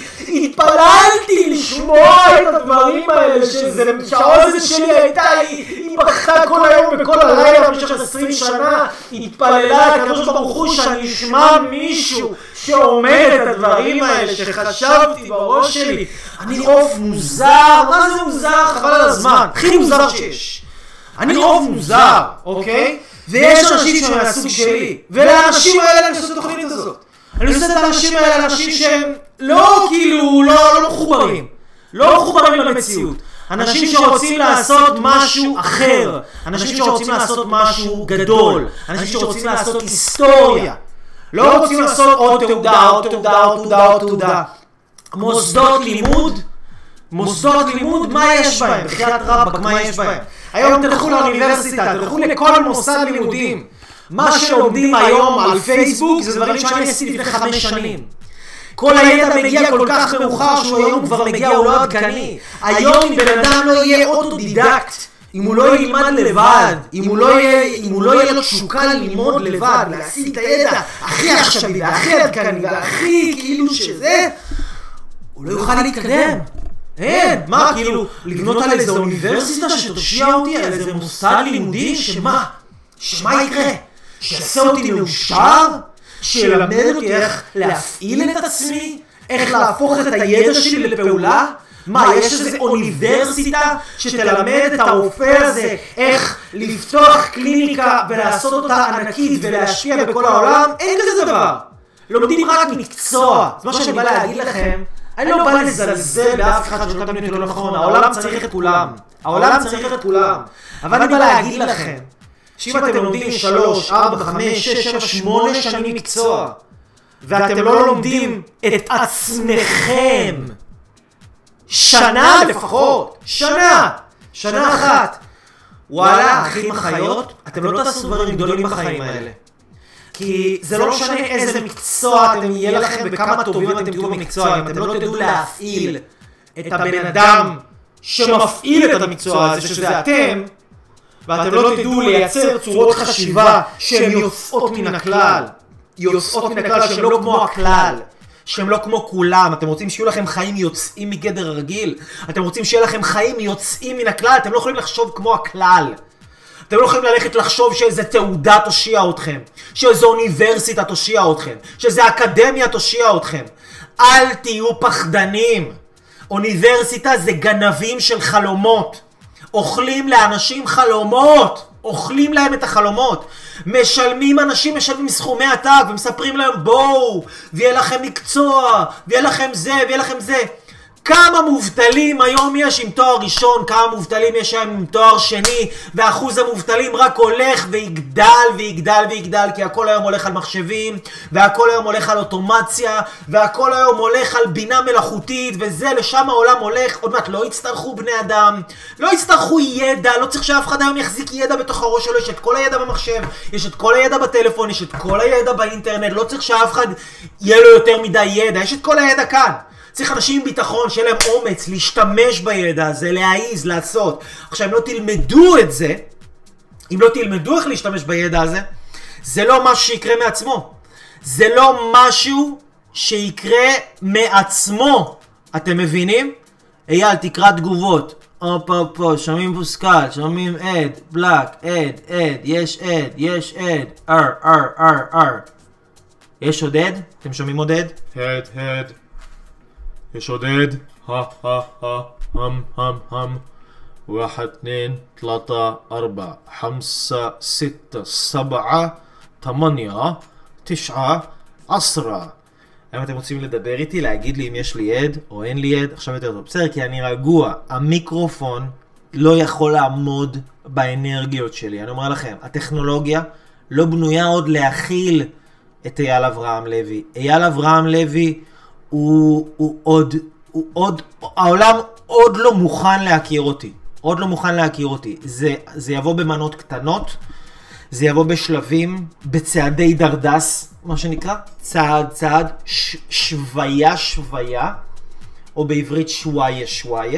התפללתי לשמוע את הדברים האלה, שהאוזן שלי הייתה, היא בכתה כל היום וכל הלילה במשך 20 שנה, התפללה, הקדוש ברוך הוא שאני אשמע מישהו שאומר את הדברים האלה שחשבתי בראש שלי. אני עוף מוזר, מה זה מוזר? חבל על הזמן, הכי מוזר שיש. אני עוף מוזר, אוקיי? ויש אנשים שהם מהסוג שלי, ולאנשים האלה אני עושה את התוכנית הזאת. אני עושה את האנשים האלה, אנשים שהם לא כאילו, לא מחוברים. לא מחוברים למציאות. אנשים שרוצים לעשות משהו אחר. אנשים שרוצים לעשות משהו גדול. אנשים שרוצים לעשות היסטוריה. לא רוצים לעשות עוד תעודה, עוד תעודה, עוד תעודה, עוד תעודה. מוסדות לימוד, מה יש בהם? בחייאת רבאק, מה יש בהם? היום תלכו לאוניברסיטה, תלכו לכל מוסד לימודים. מה שלומדים היום על פייסבוק זה דברים שאני עשיתי לפני 5 שנים. כל הידע מגיע כל כך מאוחר שהוא היום כבר מגיע, הוא לא עדכני. היום אם בן אדם לא יהיה אוטודידקט, אם הוא לא ילמד לבד, אם הוא לא יהיה לו תשוקה ללמוד לבד, להשיג את הידע הכי עכשווי והכי עדכני והכי כאילו שזה, הוא לא יוכל להתקדם. אין, מה כאילו, לבנות על איזו אוניברסיטה שתושיע אותי, על איזה מוסד לימודי, שמה יקרה? שיעשה אותי מאושר? שילמד אותי איך להפעיל את עצמי? איך להפוך את הידע שלי לפעולה? מה, יש איזו אוניברסיטה שתלמד את הרופא הזה איך לפתוח קליניקה ולעשות אותה ענקית ולהשפיע בכל העולם? אין כזה דבר. לומדים רק מקצוע. זה מה שאני בא להגיד לכם. אני לא בא לזלזל באף אחד שלא תמיד לא נכון. העולם צריך את כולם. העולם צריך את כולם. אבל אני בא להגיד לכם שאם אתם לומדים 3, 4, 5, 6, 7, 8 שנים מקצוע ואתם לא לומדים את עצמכם שנה לפחות, שנה אחת, וואלה, אחים אחיות, אתם לא תעשו דברים גדולים בחיים האלה. כי זה לא משנה איזה מקצוע אתם יהיה לכם וכמה טובים אתם תהיו במקצוע, אם אתם לא תדעו להפעיל את הבן אדם שמפעיל את המקצוע הזה, שזה אתם, ואתם לא תדעו לייצר צורות חשיבה שהן יוצאות מן הכלל. יוצאות מן הכלל, שהן לא כמו הכלל. שהם לא כמו כולם. אתם רוצים שיהיו לכם חיים יוצאים מגדר הרגיל? אתם רוצים שיהיה לכם חיים יוצאים מן הכלל? אתם לא יכולים לחשוב כמו הכלל. אתם לא יכולים ללכת לחשוב שאיזה תעודה תושיע אתכם, שאיזו אוניברסיטה תושיע אתכם, שאיזו אקדמיה תושיע אתכם. אל תהיו פחדנים. אוניברסיטה זה גנבים של חלומות. אוכלים לאנשים חלומות. אוכלים להם את החלומות. אנשים משלמים סכומי עתק ומספרים להם בואו, ויהיה לכם מקצוע, ויהיה לכם זה, ויהיה לכם זה. כמה מובטלים היום יש עם תואר ראשון, כמה מובטלים יש היום עם תואר שני, ואחוז המובטלים רק הולך ויגדל ויגדל ויגדל, כי הכל היום הולך על מחשבים, והכל היום הולך על אוטומציה, והכל היום הולך על בינה מלאכותית, וזה לשם העולם הולך. עוד מעט לא יצטרכו בני אדם, לא יצטרכו ידע, לא צריך שאף אחד היום יחזיק ידע בתוך הראש שלו. יש את כל הידע במחשב, יש את כל הידע בטלפון, יש את כל הידע באינטרנט, לא צריך שאף אחד יהיה לו יותר מדי ידע, יש את כל הידע כאן. צריך אנשים עם ביטחון, שיהיה להם אומץ להשתמש בידע הזה, להעיז, לעשות. עכשיו, אם לא תלמדו את זה, אם לא תלמדו איך להשתמש בידע הזה, זה לא משהו שיקרה מעצמו. זה לא משהו שיקרה מעצמו. אתם מבינים? אייל, תקרא תגובות. פה, שומעים פוסקל, שומעים עד, בלק, עד, יש עד, יש עודד? אתם שומעים עודד? הד. יש עודד, هم 1 2 3 4 5 6 7 8 9 10. אם אתם רוצים לדבר איתי, להגיד לי אם יש לי עד או אין לי עד, עכשיו יותר טוב. בסדר, כי אני רגוע. המיקרופון לא יכול לעמוד באנרגיות שלי. אני אומר לכם, הטכנולוגיה לא בנויה עוד להכיל את אייל אברהם לוי. אייל אברהם לוי העולם עוד לא מוכן להכיר אותי. עוד לא מוכן להכיר אותי. זה יבוא במנות קטנות, זה יבוא בשלבים, בצעדי דרדס, מה שנקרא, צעד, שוויה, או בעברית שוואיה.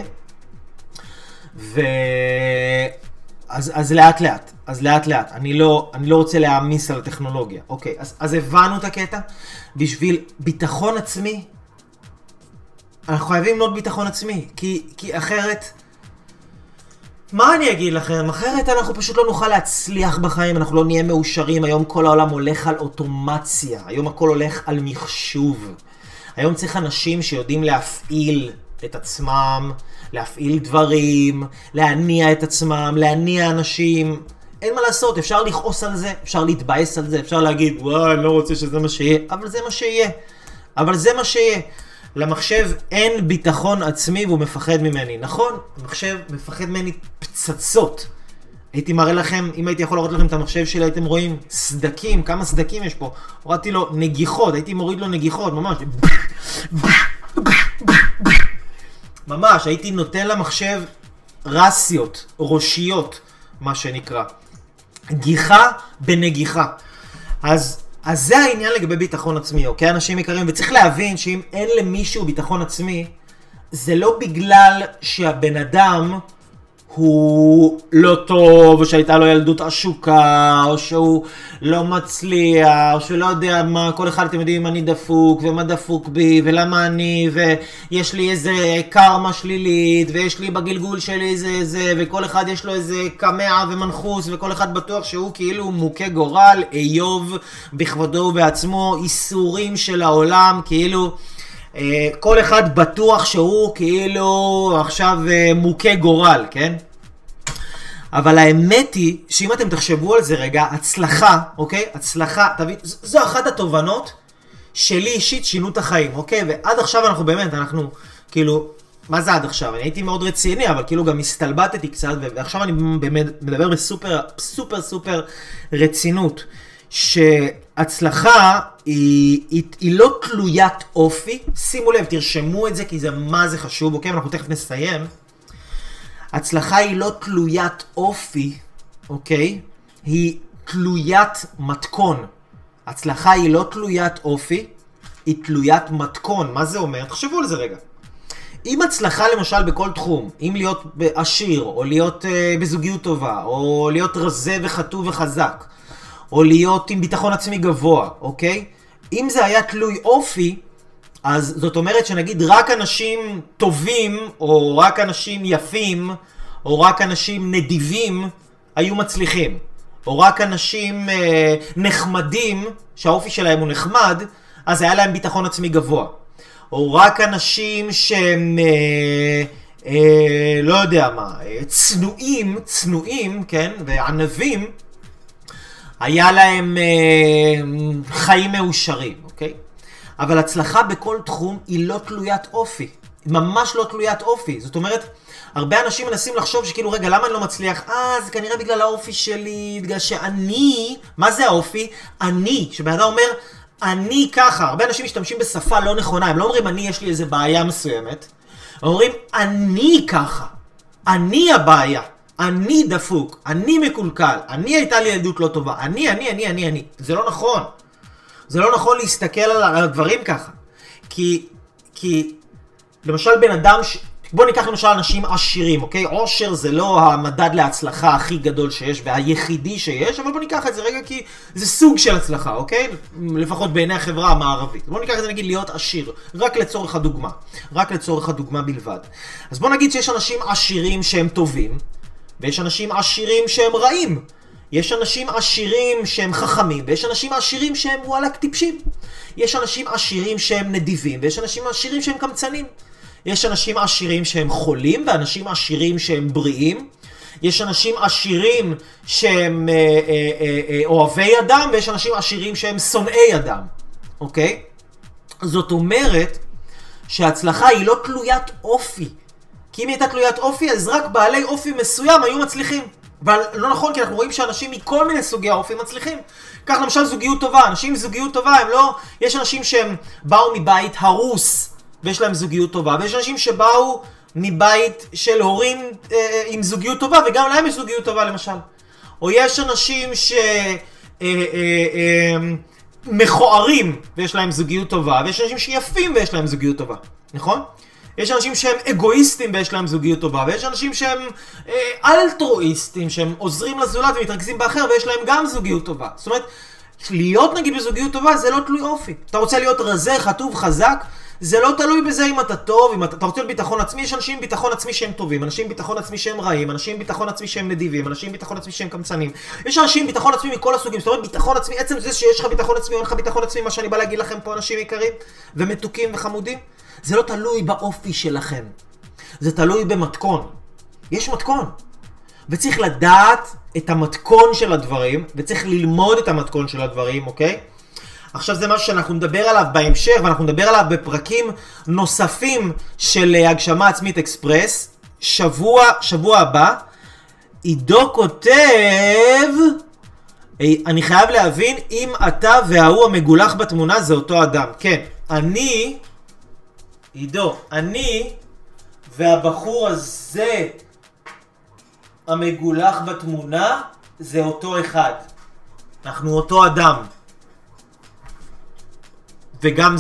אז לאט. אני לא רוצה להעמיס על הטכנולוגיה. אוקיי, אז הבנו את הקטע. בשביל ביטחון עצמי, אנחנו חייבים לבנות ביטחון עצמי, כי אחרת, מה אני אגיד לכם? אחרת אנחנו פשוט לא נוכל להצליח בחיים, אנחנו לא נהיה מאושרים. היום כל העולם הולך על אוטומציה, היום הכל הולך על מחשוב. היום צריך אנשים שיודעים להפעיל את עצמם, להפעיל דברים, להניע את עצמם, להניע אנשים. אין מה לעשות, אפשר לכעוס על זה, אפשר להתבאס על זה, אפשר להגיד, וואי, אני לא רוצה שזה מה שיהיה, אבל זה מה שיהיה. למחשב אין ביטחון עצמי והוא מפחד ממני, נכון? המחשב מפחד ממני פצצות. הייתי מראה לכם, אם הייתי יכול לראות לכם את המחשב שלי, הייתם רואים סדקים, כמה סדקים יש פה. הורדתי לו נגיחות, הייתי מוריד לו נגיחות, ממש, הייתי נותן למחשב רסיות, ראשיות, מה שנקרא. גיחה בנגיחה. אז זה העניין לגבי ביטחון עצמי, אוקיי? אנשים יקרים, וצריך להבין שאם אין למישהו ביטחון עצמי, זה לא בגלל שהבן אדם הוא לא טוב, או שהייתה לו ילדות עשוקה, או שהוא לא מצליח, או שהוא לא יודע מה, כל אחד אתם יודעים אני דפוק, ומה דפוק בי, ולמה אני, ויש לי איזה קרמה שלילית, ויש לי בגלגול שלי איזה, וכל אחד יש לו איזה קמע ומנחוס, וכל אחד בטוח שהוא כאילו מוכה גורל, איוב בכבודו ובעצמו, איסורים של העולם, כאילו כל אחד בטוח שהוא כאילו עכשיו מוכה גורל, כן? אבל האמת היא שאם אתם תחשבו על זה רגע, הצלחה, אוקיי? הצלחה, תבין, זו אחת התובנות שלי אישית שינו את החיים, אוקיי? ועד עכשיו אנחנו כאילו, מה זה עד עכשיו? אני הייתי מאוד רציני, אבל כאילו גם הסתלבטתי קצת, ועכשיו אני באמת מדבר בסופר רצינות, שהצלחה היא לא תלוית אופי. שימו לב, תרשמו את זה כי זה מה זה חשוב, אוקיי? אנחנו תכף נסיים. הצלחה היא לא תלוית אופי, אוקיי? היא תלוית מתכון. הצלחה היא לא תלוית אופי, היא תלוית מתכון. מה זה אומר? תחשבו על זה רגע. אם הצלחה למשל בכל תחום, אם להיות עשיר, או להיות בזוגיות טובה, או להיות רזה וחטוב וחזק, או להיות עם ביטחון עצמי גבוה, אוקיי? אם זה היה תלוי אופי, אז זאת אומרת שנגיד רק אנשים טובים, או רק אנשים יפים, או רק אנשים נדיבים, היו מצליחים. או רק אנשים נחמדים, שהאופי שלהם הוא נחמד, אז היה להם ביטחון עצמי גבוה. או רק אנשים שהם, לא יודע מה, צנועים, כן, וענבים, היה להם חיים מאושרים, אוקיי? אבל הצלחה בכל תחום היא לא תלוית אופי. ממש לא תלוית אופי. זאת אומרת, הרבה אנשים מנסים לחשוב שכאילו, רגע, למה אני לא מצליח? זה כנראה בגלל האופי שלי, בגלל שאני, מה זה האופי? אני, שבן אדם אומר, אני ככה. הרבה אנשים משתמשים בשפה לא נכונה, הם לא אומרים, אני, יש לי איזה בעיה מסוימת. הם אומרים, אני ככה. אני הבעיה. אני דפוק. אני מקולקל. אני הייתה לי ילדות לא טובה. אני. זה לא נכון. זה לא נכון להסתכל על הדברים ככה. כי למשל בן אדם בוא ניקח למשל אנשים עשירים, אוקיי? עושר זה לא המדד להצלחה הכי גדול שיש והיחידי שיש, אבל בוא ניקח את זה רגע כי זה סוג של הצלחה, אוקיי? לפחות בעיני החברה המערבית. בוא ניקח את זה נגיד להיות עשיר, רק לצורך הדוגמה בלבד. אז בוא נגיד שיש אנשים עשירים שהם טובים, ויש אנשים עשירים שהם רעים. יש אנשים עשירים שהם חכמים, ויש אנשים עשירים שהם וואלק טיפשים. יש אנשים עשירים שהם נדיבים, ויש אנשים עשירים שהם קמצנים. יש אנשים עשירים שהם חולים, ואנשים עשירים שהם בריאים. יש אנשים עשירים שהם אוהבי אדם, ויש אנשים עשירים שהם שונאי אדם. אוקיי? זאת אומרת שההצלחה היא לא תלוית אופי. כי אם היא הייתה תלוית אופי, אז רק בעלי אופי מסוים היו מצליחים. אבל לא נכון, כי אנחנו רואים שאנשים מכל מיני סוגי האופי מצליחים. כך למשל זוגיות טובה. אנשים עם זוגיות טובה הם לא... יש אנשים שהם באו מבית הרוס, ויש להם זוגיות טובה, ויש אנשים שבאו מבית של הורים עם זוגיות טובה, וגם להם יש זוגיות טובה למשל. או יש אנשים מכוערים ויש להם זוגיות טובה, ויש אנשים שיפים ויש להם זוגיות טובה, נכון? יש אנשים שהם אגואיסטים ויש להם זוגיות טובה, ויש אנשים שהם אלטרואיסטים, שהם עוזרים לזולת ומתרכזים באחר ויש להם גם זוגיות טובה. זאת אומרת, להיות נגיד בזוגיות טובה זה לא תלוי אופי. אתה רוצה להיות רזה, חטוב, חזק, זה לא תלוי בזה אם אתה טוב, אם אתה רוצה להיות ביטחון עצמי. יש אנשים ביטחון עצמי שהם טובים, אנשים ביטחון עצמי שהם רעים, אנשים ביטחון עצמי שהם נדיבים, אנשים ביטחון עצמי שהם קמצנים. יש אנשים ביטחון עצמי מכל הסוגים. זאת אומרת, ביטחון עצמי, עצם זה שיש לך ביטחון עצמי או אין לך ביטחון עצמי, מה שאני בא להגיד לכם פה, אנשים יקרים ומתוקים וחמודים, זה לא תלוי באופי שלכם. זה תלוי במתכון. יש מתכון. וצריך לדעת את המתכון של הדברים, וצריך ללמוד את המתכון של הדברים, אוקיי? עכשיו זה משהו שאנחנו נדבר עליו בהמשך, ואנחנו נדבר עליו בפרקים נוספים של הגשמה עצמית אקספרס. שבוע הבא, עידו כותב, אני חייב להבין אם אתה וההוא המגולח בתמונה זה אותו אדם. כן, עידו, אני והבחור הזה המגולח בתמונה זה אותו אחד. אנחנו אותו אדם. וגם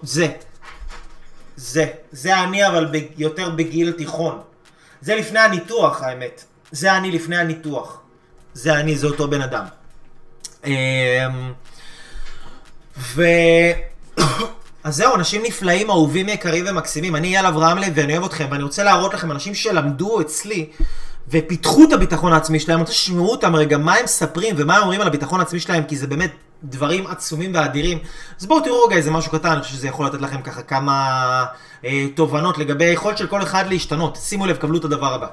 זה אני אבל יותר בגיל תיכון. זה לפני הניתוח האמת. זה אני לפני הניתוח. זה אותו בן אדם. אז זהו, אנשים נפלאים, אהובים, יקרים ומקסימים. אני אייל אברהם לוי ואני אוהב אתכם, ואני רוצה להראות לכם אנשים שלמדו אצלי ופיתחו את הביטחון העצמי שלהם. אני רוצה ששמעו אותם רגע מה הם מספרים ומה הם אומרים על הביטחון העצמי שלהם, כי זה באמת דברים עצומים ואדירים. אז בואו תראו רגע איזה משהו קטן, אני חושב שזה יכול לתת לכם ככה כמה תובנות לגבי היכולת של כל אחד להשתנות. שימו לב, קבלו את הדבר הבא.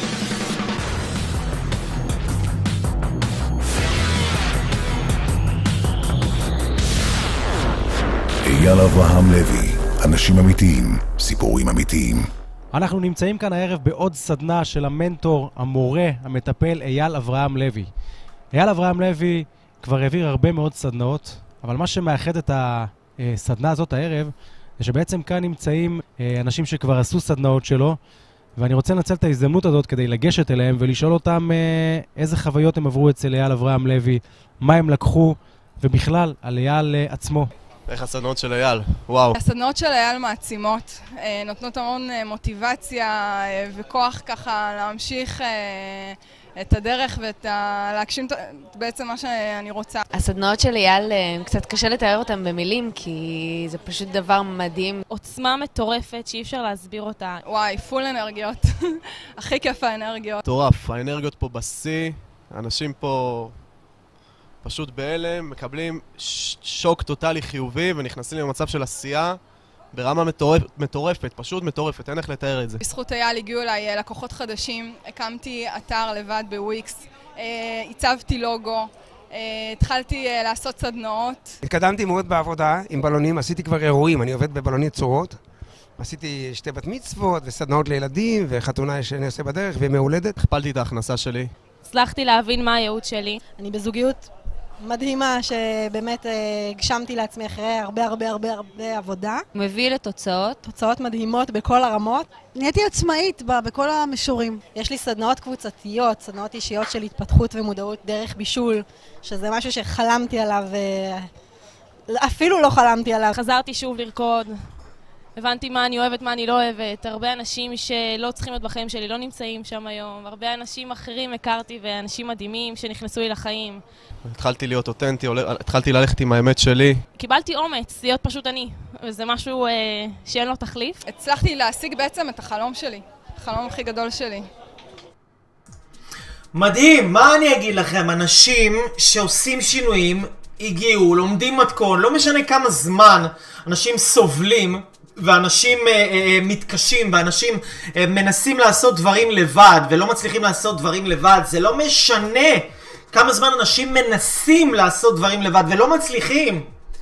אייל אברהם לוי, אנשים אמיתיים, סיפורים אמיתיים. אנחנו נמצאים כאן הערב בעוד סדנה של המנטור, המורה, המטפל אייל אברהם לוי. אייל אברהם לוי כבר העביר הרבה מאוד סדנאות, אבל מה שמאחד את הסדנה הזאת הערב, זה שבעצם כאן נמצאים אנשים שכבר עשו סדנאות שלו, ואני רוצה לנצל את ההזדמנות הזאת כדי לגשת אליהם ולשאול אותם איזה חוויות הם עברו אצל אייל אברהם לוי, מה הם לקחו, ובכלל על אייל עצמו. איך הסדנאות של אייל? וואו. הסדנאות של אייל מעצימות, נותנות המון מוטיבציה וכוח ככה להמשיך את הדרך להגשים בעצם מה שאני רוצה. הסדנאות של אייל, קצת קשה לתאר אותם במילים, כי זה פשוט דבר מדהים. עוצמה מטורפת שאי אפשר להסביר אותה. וואי, פול אנרגיות. הכי כיף האנרגיות. מטורף, האנרגיות פה בשיא, האנשים פה פשוט בהלם, מקבלים שוק טוטלי חיובי ונכנסים למצב של עשייה ברמה מטורפת, פשוט מטורפת, אין איך לתאר את זה. בזכות אייל הגיעו אליי לקוחות חדשים, הקמתי אתר לבד בוויקס, הצבתי לוגו, התחלתי לעשות סדנאות. התקדמתי מאוד בעבודה עם בלונים, עשיתי כבר אירועים, אני עובד בבלוני צורות. עשיתי 2 בת מצוות וסדנאות לילדים וחתונה שאני עושה בדרך ומהולדת. הכפלתי את ההכנסה שלי. הצלחתי להבין מה הייעוד שלי. אני בזוגיות מדהימה שבאמת הגשמתי לעצמי אחרי הרבה עבודה. הוא מביא לתוצאות. תוצאות מדהימות בכל הרמות. נהייתי עצמאית בכל המישורים. יש לי סדנאות קבוצתיות, סדנאות אישיות של התפתחות ומודעות דרך בישול, שזה משהו שחלמתי עליו, אפילו לא חלמתי עליו. חזרתי שוב לרקוד. הבנתי מה אני אוהבת, מה אני לא אוהבת. הרבה אנשים שלא צריכים להיות בחיים שלי לא נמצאים שם היום. הרבה אנשים אחרים הכרתי ואנשים מדהימים שנכנסו לי לחיים. התחלתי להיות אותנטי, התחלתי ללכת עם האמת שלי. קיבלתי אומץ להיות פשוט אני, וזה משהו שאין לו תחליף. הצלחתי להשיג בעצם את החלום שלי, החלום הכי גדול שלי. מדהים, מה אני אגיד לכם? אנשים שעושים שינויים, הגיעו, לומדים מתכון, לא משנה כמה זמן, אנשים סובלים ואנשים מתקשים ואנשים מנסים לעשות דברים לבד ולא מצליחים לעשות דברים לבד. זה לא משנה כמה זמן אנשים מנסים לעשות דברים לבד ולא מצליחים.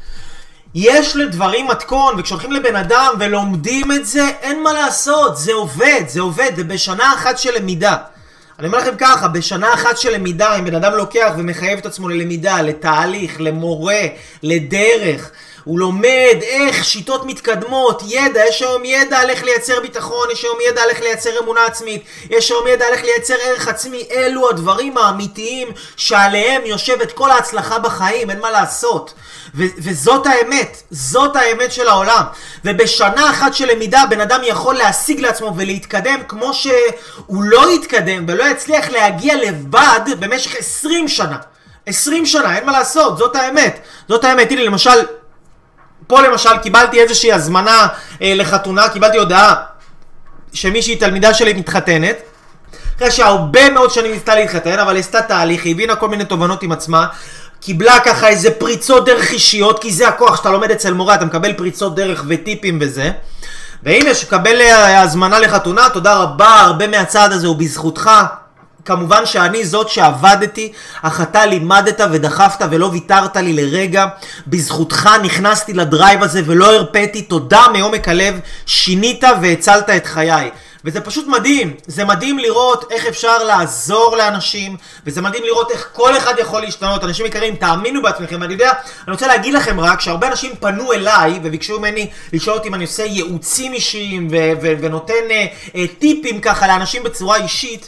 יש לדברים מתכון, וכשהולכים לבן אדם ולומדים את זה, אין מה לעשות, זה עובד, זה בשנה אחת של למידה. אני אומר לכם ככה, בשנה אחת של למידה, אם בן אדם לוקח ומחייב את עצמו ללמידה, לתהליך, למורה, לדרך, הוא לומד איך שיטות מתקדמות, ידע, יש היום ידע על איך לייצר ביטחון, יש היום ידע על איך לייצר אמונה עצמית, יש היום ידע על איך לייצר ערך עצמי. אלו הדברים האמיתיים שעליהם יושבת כל ההצלחה בחיים, אין מה לעשות. וזאת האמת, זאת האמת של העולם. ובשנה אחת של למידה בן אדם יכול להשיג לעצמו ולהתקדם כמו שהוא לא יתקדם ולא יצליח להגיע לבד במשך 20 שנה. 20 שנה, אין מה לעשות, זאת האמת. זאת האמת. הנה למשל, פה למשל קיבלתי איזושהי הזמנה לחתונה, קיבלתי הודעה שמישהי תלמידה שלי מתחתנת, אחרי שהרבה מאוד שנים ניסתה להתחתן, אבל עשתה תהליך, היא הבינה כל מיני תובנות עם עצמה, קיבלה ככה איזה פריצות דרך אישיות, כי זה הכוח שאתה לומד אצל מורה, אתה מקבל פריצות דרך וטיפים וזה. והנה שקבל הזמנה לחתונה, תודה רבה, הרבה מהצעד הזה הוא בזכותך. כמובן שאני זאת שעבדתי, אך אתה לימדת ודחפת ולא ויתרת לי לרגע. בזכותך נכנסתי לדרייב הזה ולא הרפאתי. תודה מעומק הלב, שינית והצלת את חיי. וזה פשוט מדהים, זה מדהים לראות איך אפשר לעזור לאנשים, וזה מדהים לראות איך כל אחד יכול להשתנות. אנשים יקרים, תאמינו בעצמכם. אני יודע, אני רוצה להגיד לכם רק שהרבה אנשים פנו אליי וביקשו ממני לשאול אותי אם אני עושה ייעוצים אישיים ונותן טיפים ככה לאנשים בצורה אישית,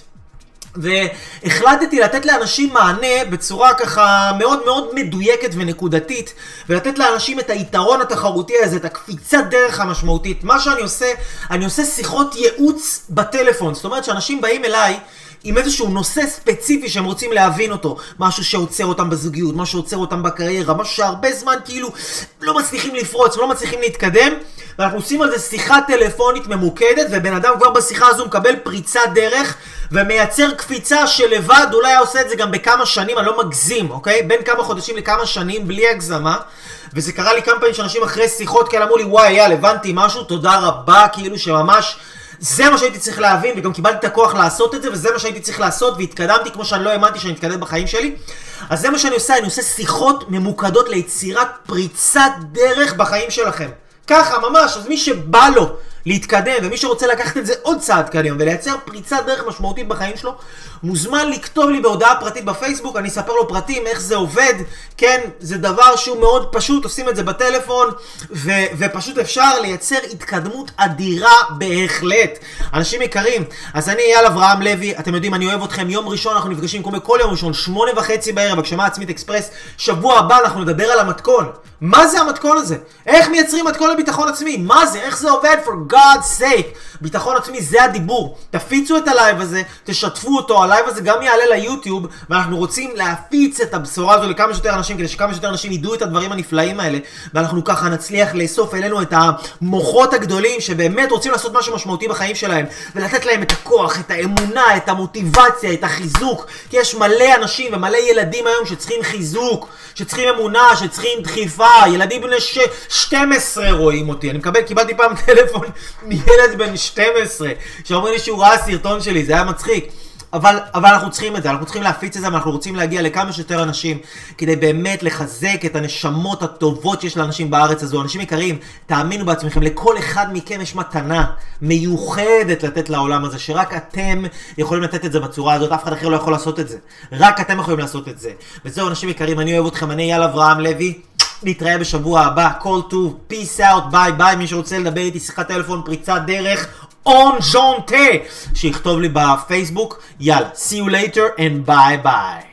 והחלטתי לתת לאנשים מענה בצורה ככה מאוד מאוד מדויקת ונקודתית, ולתת לאנשים את היתרון התחרותי הזה, את הקפיצת דרך המשמעותית. מה שאני עושה, אני עושה שיחות ייעוץ בטלפון. זאת אומרת שאנשים באים אליי עם איזשהו נושא ספציפי שהם רוצים להבין אותו, משהו שעוצר אותם בזוגיות, משהו שעוצר אותם בקריירה, משהו שהרבה זמן כאילו לא מצליחים לפרוץ, לא מצליחים להתקדם, ואנחנו עושים על זה שיחה טלפונית ממוקדת, ובן אדם כבר בשיחה הזו מקבל פריצת דרך ומייצר קפיצה שלבד אולי היה עושה את זה גם בכמה שנים, אני לא מגזים, אוקיי? בין כמה חודשים לכמה שנים, בלי הגזמה. וזה קרה לי כמה פעמים שאנשים אחרי שיחות כאלה אמרו לי, וואי, יאללה, הבנתי משהו, תודה רבה, כאילו שממש זה מה שהייתי צריך להבין, וגם קיבלתי את הכוח לעשות את זה, וזה מה שהייתי צריך לעשות, והתקדמתי כמו שאני לא האמנתי שאני אתקדם בחיים שלי. אז זה מה שאני עושה, אני עושה שיחות ממוקדות ליצירת פריצת דרך בחיים שלכם. ככה, ממש. אז מי שבא לו להתקדם, ומי שרוצה לקחת את זה עוד צעד קדימה, ולייצר פריצת דרך משמעותית בחיים שלו, מוזמן לכתוב לי בהודעה פרטית בפייסבוק, אני אספר לו פרטים, איך זה עובד. כן, זה דבר שהוא מאוד פשוט, עושים את זה בטלפון, ופשוט אפשר לייצר התקדמות אדירה בהחלט. אנשים יקרים, אז אני אייל אברהם לוי, אתם יודעים, אני אוהב אתכם. יום ראשון אנחנו נפגשים כמו כל יום ראשון, 8:30 בערב, הגשמה עצמית אקספרס. שבוע הבא אנחנו נדבר על המתכון. מה זה המתכון הזה? איך מייצרים מתכון לביטחון עצמי? מה זה? איך זה עובד? For God's sake. ביטחון עצמי זה הדיבור. תפיצו את הלייב הזה, תשתפו אותו, הלייב הזה גם יעלה ליוטיוב, ואנחנו רוצים להפיץ את הבשורה הזו לכמה שיותר אנשים, כדי שכמה שיותר אנשים ידעו את הדברים הנפלאים האלה, ואנחנו ככה נצליח לאסוף אלינו את המוחות הגדולים שבאמת רוצים לעשות משהו משמעותי בחיים שלהם, ולתת להם את הכוח, את האמונה, את המוטיבציה, את החיזוק, כי יש מלא אנשים ומלא ילדים היום שצריכים חיזוק, שצריכים אמונה, שצריכים דחיפה. ילדים בני 12 רואים אותי. קיבלתי פעם טלפון מילד בן 12 שאומר לי שהוא ראה סרטון שלי, זה היה מצחיק. אבל אנחנו צריכים את זה, אנחנו צריכים להפיץ את זה, ואנחנו רוצים להגיע לכמה שיותר אנשים כדי באמת לחזק את הנשמות הטובות שיש לאנשים בארץ הזו. אנשים יקרים, תאמינו בעצמכם, לכל אחד מכם יש מתנה מיוחדת לתת לעולם הזה, שרק אתם יכולים לתת את זה בצורה הזאת, אף אחד אחר לא יכול לעשות את זה, רק אתם יכולים לעשות את זה. וזהו אנשים יקרים, אני אוהב אתכם, אני אייל אברהם לוי, נתראה בשבוע הבא, כל טוב, peace out, ביי ביי. מי שרוצה לדבר איתי שיחת טלפון פריצת דרך on Jonte, שיכתוב לי בפייסבוק. יאללה, see you later and bye bye.